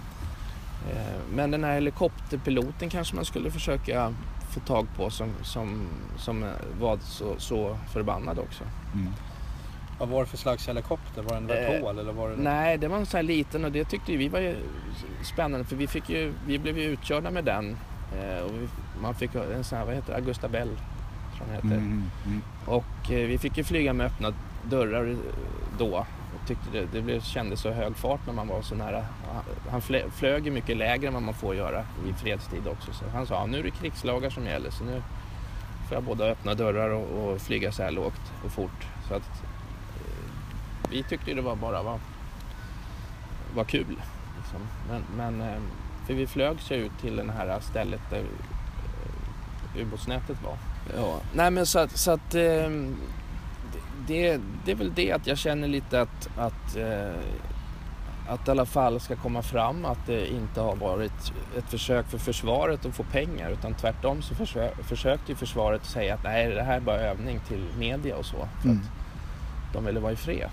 S2: Men den här helikopterpiloten kanske man skulle försöka få tag på, som, som, som var så, så förbannad också.
S3: Mm. Vad var det för slags helikopter? Var det en Vertol? Eh, eller var det...
S2: Nej, det var en sån här liten, och det tyckte vi var ju spännande, för vi, fick ju, vi blev ju utkörda med den. Eh, och vi, man fick en sån här, vad heter det? Augusta Bell, tror jag heter.
S4: Mm, mm.
S2: Och eh, vi fick ju flyga med öppna dörrar då. Och tyckte det, det blev, kändes så hög fart när man var så nära. Han flö, flög ju mycket lägre än vad man får göra i fredstid också. Så han sa, nu är det krigslagar som gäller, så nu får jag både öppna dörrar och, och flyga så här lågt och fort. Så att eh, vi tyckte det var bara var, var kul. Liksom. Men, men eh, för vi flög sig ut till det här stället där eh, ubåtsnätet var. Ja. Nej, men så att, så att eh, det, det är väl det att jag känner lite att att, eh, att i alla fall ska komma fram att det inte har varit ett försök för försvaret att få pengar, utan tvärtom så försö- försökte ju försvaret säga att nej, det här är bara övning till media och så, för mm. att de ville vara i fred.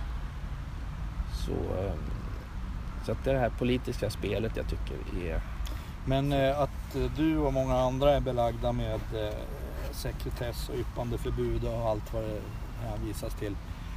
S2: Så, eh, så att det är det här politiska spelet jag tycker är...
S3: Men eh, att du och många andra är belagda med eh, sekretess och yppandeförbud och allt vad det hänvisas till.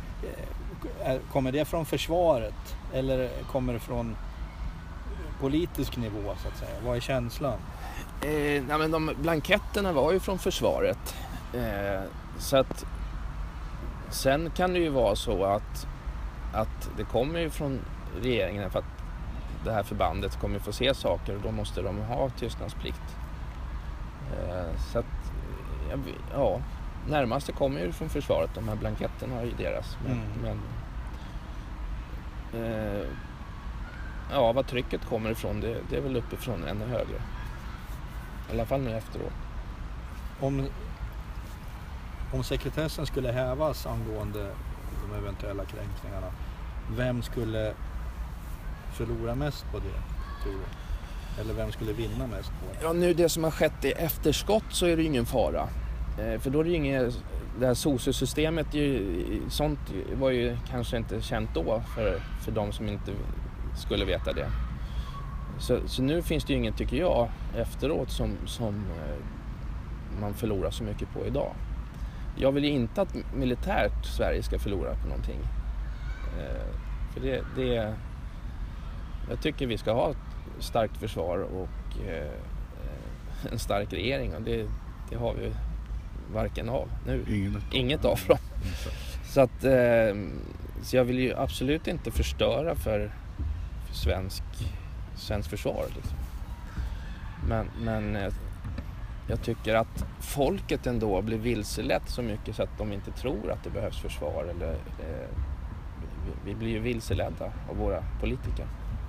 S3: Eh, kommer det från försvaret eller kommer det från politisk nivå så att säga? Vad är känslan?
S2: Eh, nej, men de blanketterna var ju från försvaret. Eh, så att sen kan det ju vara så att, att det kommer ju från regeringen för att det här förbandet kommer få se saker och då måste de ha tystnadsplikt. Eh, så att, ja, närmast det kommer ju från försvaret, de här blanketterna är ju deras. Men,
S3: Mm.
S2: men eh, ja, vad trycket kommer ifrån, det, det är väl uppifrån ännu högre. I alla fall nu efteråt.
S3: Om, om sekretessen skulle hävas angående de eventuella kränkningarna, vem skulle förlora mest på det, tror du? Eller vem skulle vinna mest på det?
S2: Ja, nu det som har skett i efterskott så är det ju ingen fara. Eh, för då är det ju inget, det här S O S U-systemet, ju, sånt var ju kanske inte känt då för, för de som inte skulle veta det. Så, så nu finns det ju inget, tycker jag, efteråt som, som eh, man förlorar så mycket på idag. Jag vill ju inte att militärt Sverige ska förlora på någonting. Eh, för det, det jag tycker vi ska ha ett starkt försvar och eh, en stark regering och det, det har vi varken av nu.
S4: Inget,
S2: Inget av dem. Så att eh, så jag vill ju absolut inte förstöra för, för svensk, svensk försvar. Liksom. Men, men eh, jag tycker att folket ändå blir vilselett så mycket så att de inte tror att det behövs försvar. Eller, eh, vi, vi blir ju vilseledda av våra politiker.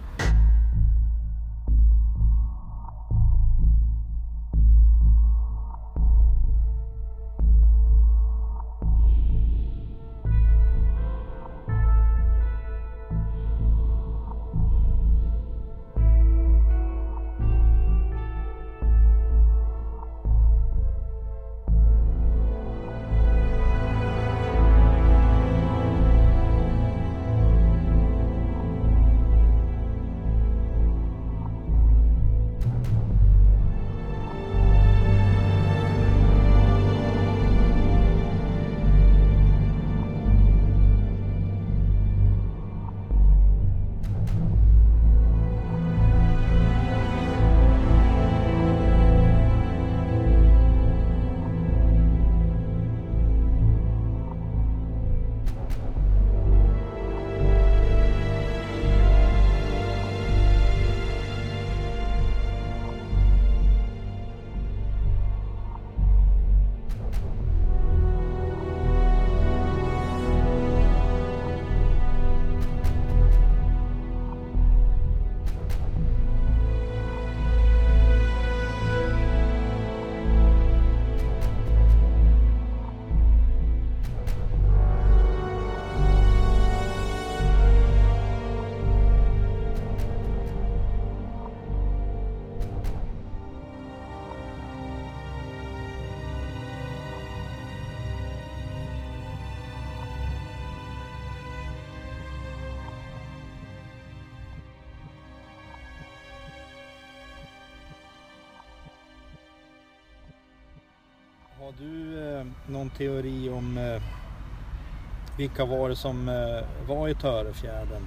S3: Har du eh, någon teori om eh, vilka var det som eh, var i Törefjärden?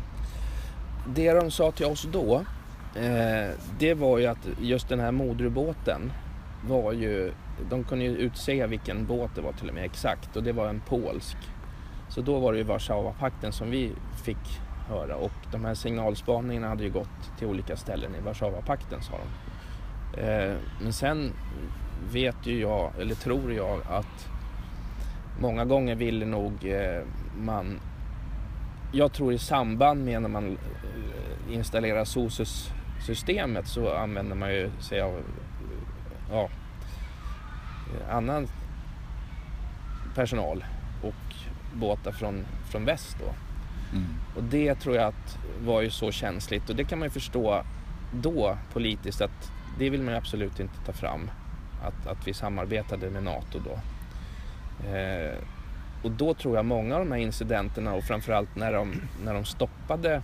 S2: Det de sa till oss då, eh, det var ju att just den här moderbåten var ju, de kunde ju utse vilken båt det var till och med exakt, och det var en polsk. Så då var det ju Warszawapakten som vi fick höra, och de här signalspaningarna hade ju gått till olika ställen i Warszawapakten, sa de. Eh, men sen vet ju jag, eller tror jag, att många gånger ville nog eh, man, jag tror i samband med när man installerar S O S U-systemet så använder man ju sig av ja, annan personal och båtar från, från väst då.
S4: Mm.
S2: Och det tror jag att var ju så känsligt, och det kan man ju förstå då politiskt att det vill man ju absolut inte ta fram, att, att vi samarbetade med NATO då. Eh, och då tror jag många av de här incidenterna, och framförallt när de, när de stoppade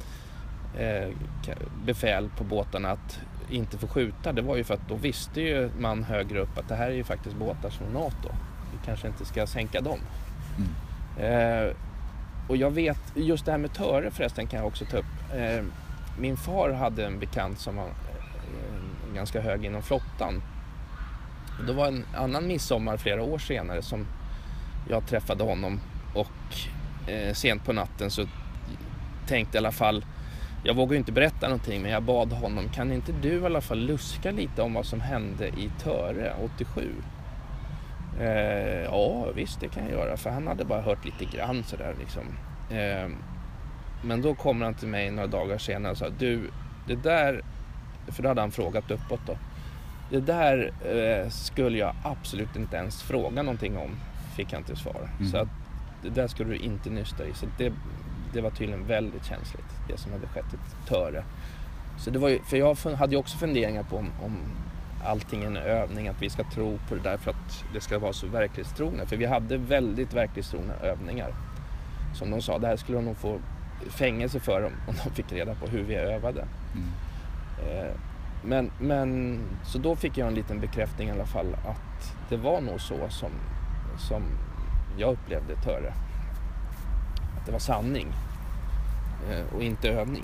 S2: eh, befäl på båtarna att inte få skjuta, det var ju för att då visste ju man högre upp att det här är ju faktiskt båtar från NATO. Vi kanske inte ska sänka dem.
S4: Mm.
S2: Eh, och jag vet, just det här med Töre förresten kan jag också ta upp. Eh, min far hade en bekant som var eh, ganska hög inom flottan. Det var en annan midsommar flera år senare som jag träffade honom. Och eh, sent på natten så tänkte jag i alla fall, jag vågar ju inte berätta någonting, men jag bad honom, kan inte du i alla fall luska lite om vad som hände i Töre åttiosju? Eh, ja, visst det kan jag göra, för han hade bara hört lite grann sådär liksom. Eh, men då kommer han till mig några dagar senare och sa, du, det där, för då hade han frågat uppåt då, det där eh, skulle jag absolut inte ens fråga någonting om, fick han till svar. Mm. Så att det där skulle du inte nysta i, så det, det var tydligen väldigt känsligt, det som hade skett i Töre. Så det var ju, för jag hade ju också funderingar på om, om allting är en övning, att vi ska tro på det där för att det ska vara så verklighetstrogna. För vi hade väldigt verklighetstrogna övningar. Som de sa, det här skulle de nog få fängelse för om, om de fick reda på hur vi övade. Mm. Eh, men, men så då fick jag en liten bekräftning i alla fall att det var nog så som, som jag upplevde Töre. Att det var sanning eh, och inte övning.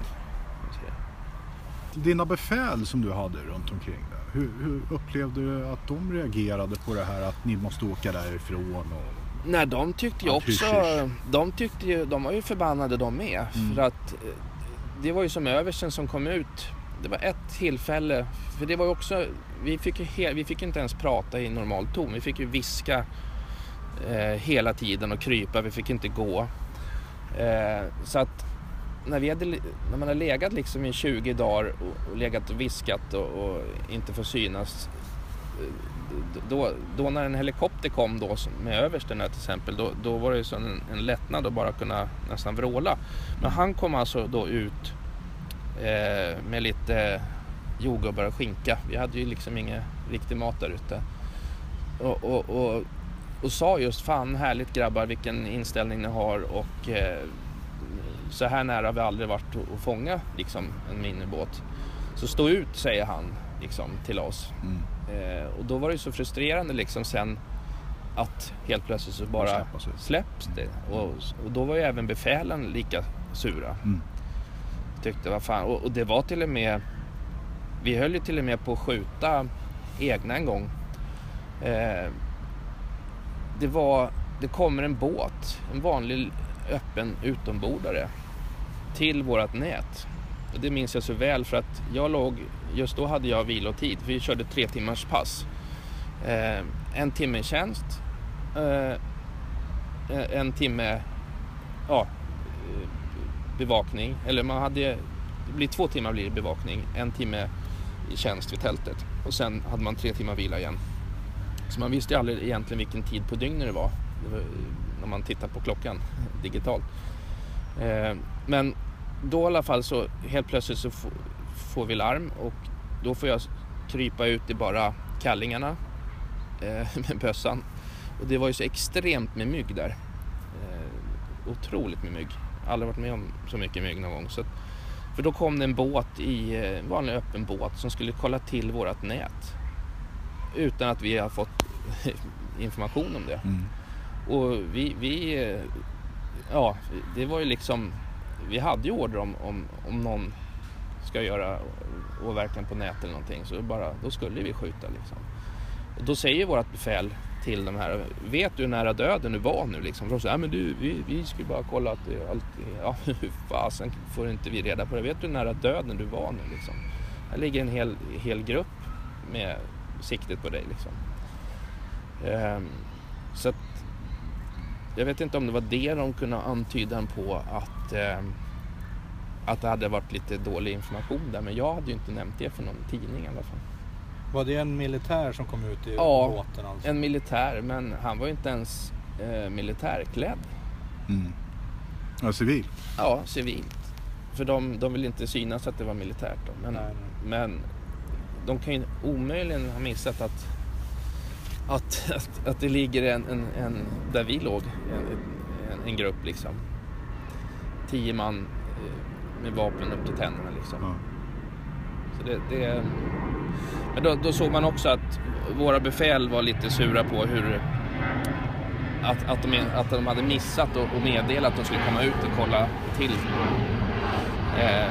S4: Dina befäl som du hade runt omkring där, hur, hur upplevde du att de reagerade på det här att ni måste åka därifrån? Och
S2: nej, de tyckte ju också, de tyckte ju, de var ju förbannade de med. Mm. För att det var ju som översten som kom ut. Det var ett tillfälle, för det var ju också, vi fick ju he, vi fick inte ens prata i normal ton. Vi fick ju viska eh, hela tiden och krypa, vi fick inte gå. Eh, så att när, vi hade, när man har legat liksom i tjugo dagar och, och legat och viskat och, och inte får synas, då, då när en helikopter kom då med översten till exempel, då, då var det ju så en, en lättnad att bara kunna nästan vråla. Men han kom alltså då ut eh, med lite jordgubbar och skinka. Vi hade ju liksom ingen riktig mat där ute. Och, och, och, och sa just, fan härligt grabbar, vilken inställning ni har, och eh, så här nära har vi aldrig varit att fånga liksom en minibåt. Så stå ut, säger han liksom till oss. Mm. Eh, och då var det ju så frustrerande liksom sen att helt plötsligt så bara släpps det. Och, och då var ju även befälen lika sura. Mm. Tyckte, vad fan. Och, och det var till och med, vi höll ju till och med på att skjuta egna en gång. Eh, det var, det kommer en båt, en vanlig öppen utombordare till vårat nät. Och det minns jag så väl, för att jag låg, just då hade jag vilotid. Vi körde tre timmars pass. Eh, en timme i tjänst. Eh, en timme ja, bevakning. Eller man hade, det blir två timmar blir bevakning. En timme i tjänst vid tältet. Och sen hade man tre timmar vila igen. Så man visste aldrig egentligen vilken tid på dygnet det var. Det var när man tittar på klockan digitalt. Eh, men då i alla fall så helt plötsligt så f- får vi larm, och då får jag krypa ut i bara kallingarna eh, med bössan. Och det var ju så extremt med mygg där. Eh, otroligt med mygg. Aldrig varit med om så mycket mygg någon gång. Så att, för då kom det en båt, i en vanlig öppen båt, som skulle kolla till vårat nät. Utan att vi har fått information om det. Mm. Och vi, vi, ja, det var ju liksom, vi hade ju order om, om, om någon ska göra åverkan på nät eller någonting, så bara, då skulle vi skjuta liksom. Och då säger vårt befäl till de här, vet du hur nära döden du var nu liksom? För de säger, ja men du, vi, vi skulle bara kolla att det allt, ja hur fasen får inte vi reda på det, vet du hur nära döden du var nu liksom? Här ligger en hel, hel grupp med siktet på dig liksom. Um, så att jag vet inte om det var det de kunde antyda på, att, eh, att det hade varit lite dålig information där. Men jag hade ju inte nämnt det för någon tidning i alla fall.
S3: Var det en militär som kom ut i
S2: ja,
S3: båten alltså?
S2: En militär, men han var ju inte ens eh, militärklädd.
S4: Mm. Ja, civil?
S2: Ja, civilt. För de, de vill inte synas att det var militärt då. Men, nej, nej. men de kan ju omöjligen ha missat att Att, att, att det ligger en, en, en där vi låg en, en, en grupp liksom, tio man med vapen upp till tänderna liksom. Mm. Så det, det men då, då såg man också att våra befäl var lite sura på hur att, att, de, att de hade missat och, och meddelat att de skulle komma ut och kolla till eh,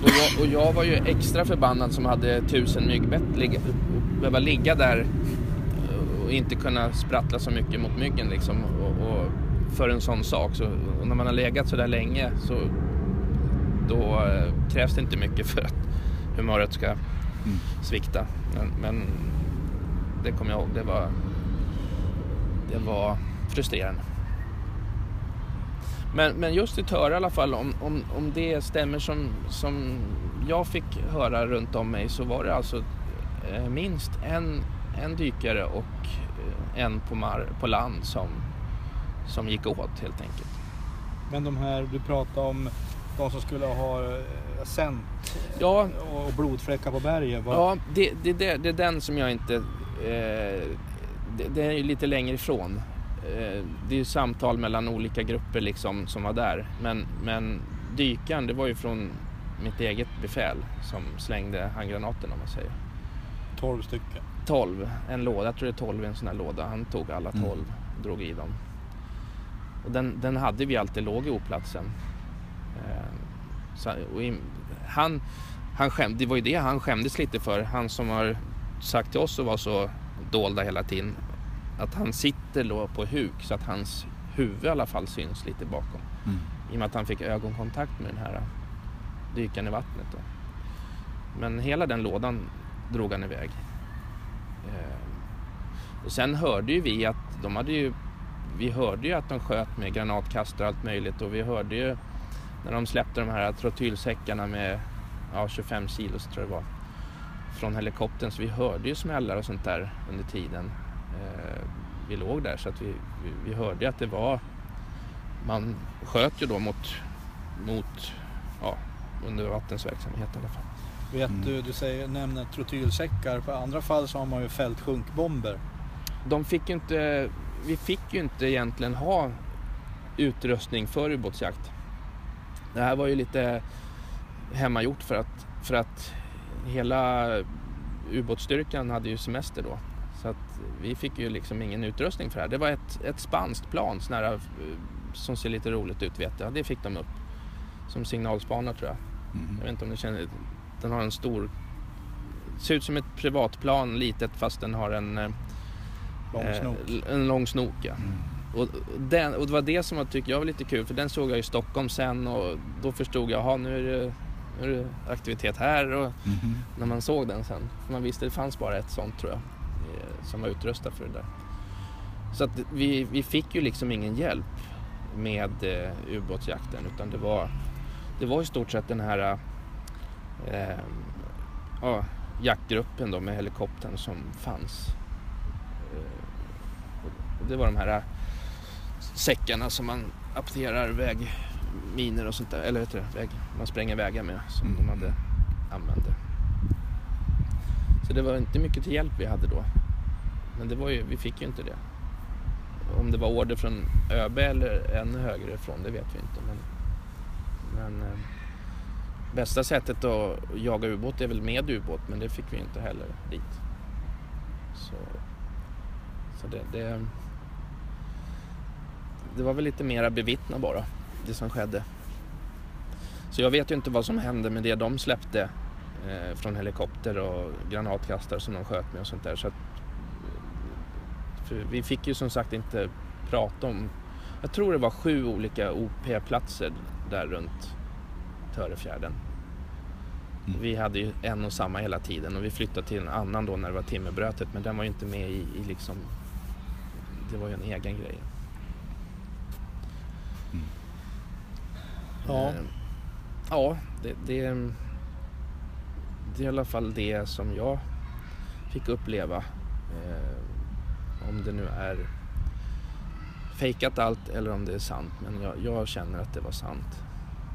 S2: Och jag, och jag var ju extra förbannad som hade tusen myggbett ligga, behöva ligga där och inte kunna sprattla så mycket mot myggen liksom, och, och för en sån sak. Så, och när man har legat så där länge så då eh, krävs det inte mycket för att humöret ska mm. svikta. Men, men det kommer jag ihåg, det var det var frustrerande. Men, men just i Töre i alla fall, om, om, om det stämmer som, som jag fick höra runt om mig, så var det alltså eh, minst en, en dykare och eh, en på, mar, på land som, som gick åt helt enkelt.
S3: Men de här, du pratade om de som skulle ha eh, sänt
S2: ja,
S3: och blodfläckar på berget. Var...
S2: Ja, det, det, det, det är den som jag inte... Eh, det, det är ju lite längre ifrån. Det är ju samtal mellan olika grupper liksom som var där. Men, men dykaren, det var ju från mitt eget befäl som slängde handgranaten, om man säger.
S3: tolv stycken?
S2: tolv, en låda. Jag tror det är tolv i en sån här låda. Han tog alla tolv och mm. drog i dem. Och den, den hade vi alltid låg i oplatsen. Eh, så, och i, han, han skäm, det var ju det han skämdes lite för. Han som har sagt till oss och var så dolda hela tiden. Att han sitter då på huk så att hans huvud i alla fall syns lite bakom. Mm. I och med att han fick ögonkontakt med den här dykaren i vattnet då. Men hela den lådan drog han iväg. Eh, och sen hörde ju vi att de hade ju, vi hörde ju att de sköt med granatkastare och allt möjligt. Och vi hörde ju när de släppte de här trotylsäckarna med ja, tjugofem kilo tror jag det var. Från helikoptern, så vi hörde ju smällar och sånt där under tiden. Vi låg där, så att vi, vi, vi hörde att det var, man sköt ju då mot, mot ja, undervattensverksamhet i alla fall.
S3: Vet mm. du, du säger, nämner trotylsäckar, på andra fall så har man ju fällt sjunkbomber.
S2: De fick ju inte, vi fick ju inte egentligen ha utrustning för ubåtsjakt. Det här var ju lite hemmagjort för att, för att hela ubåtsstyrkan hade ju semester då. Så att vi fick ju liksom ingen utrustning för det här. Det var ett, ett spanskt plan snarare, som ser lite roligt ut, vet jag. Det fick de upp som signalspanar, tror jag. Mm. Jag vet inte om ni känner. Den har en stor, ser ut som ett privatplan, litet, fast den har en
S3: lång snok.
S2: Eh, en lång snok, ja. Mm. Och, den, och det var det som jag tyckte jag var lite kul, för den såg jag i Stockholm sen, och då förstod jag, aha, nu är det, nu är det aktivitet här, och mm. när man såg den sen. För man visste det fanns bara ett sånt, tror jag, som var utrustad för det där. Så att vi, vi fick ju liksom ingen hjälp med eh, ubåtsjakten, utan det var det var i stort sett den här eh, ja, jaktgruppen då med helikoptern som fanns. Eh, det var de här säckarna som man apterar vägminer och sånt där, eller vet du, väg, man spränger vägar med, som mm. de hade använt. Så det var inte mycket till hjälp vi hade då. Men det var ju, vi fick ju inte det. Om det var order från ÖB eller ännu högre ifrån, det vet vi inte. Men, men eh, bästa sättet att jaga ubåt är väl med ubåt, men det fick vi inte heller dit. Så, så det, det, det var väl lite mera bevittna bara, det som skedde. Så jag vet ju inte vad som hände med det de släppte eh, från helikopter och granatkastare som de sköt med och sånt där. Så att, för vi fick ju som sagt inte prata om, jag tror det var sju olika O P-platser där runt Törefjärden. Mm. Vi hade ju en och samma hela tiden, och vi flyttade till en annan då när det var timmerbrötet, men den var ju inte med i, i liksom, det var ju en egen grej. Mm. Ja, eh, ja det, det, det är i alla fall det som jag fick uppleva. Eh, om det nu är fejkat allt eller om det är sant, men jag, jag känner att det var sant.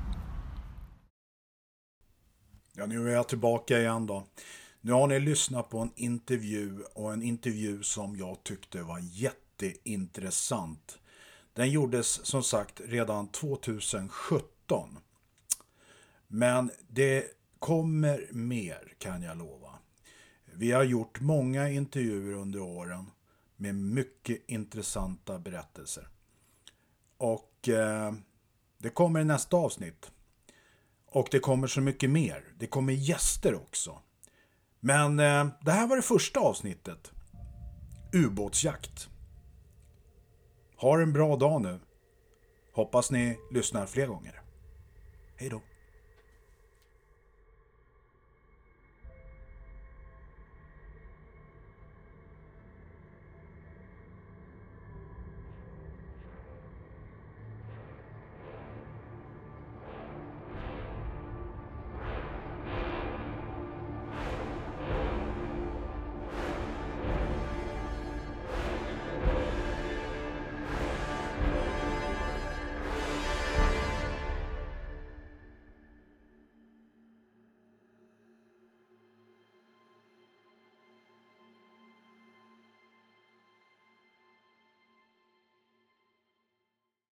S1: Ja, nu är jag tillbaka igen då. Nu har ni lyssnat på en intervju, och en intervju som jag tyckte var jätteintressant. Den gjordes som sagt redan tjugohundrasjutton. Men det kommer mer, kan jag lova. Vi har gjort många intervjuer under åren med mycket intressanta berättelser. Och eh, det kommer i nästa avsnitt. Och det kommer så mycket mer. Det kommer gäster också. Men eh, det här var det första avsnittet. Ubåtsjakt. Ha en bra dag nu. Hoppas ni lyssnar fler gånger. Hej då.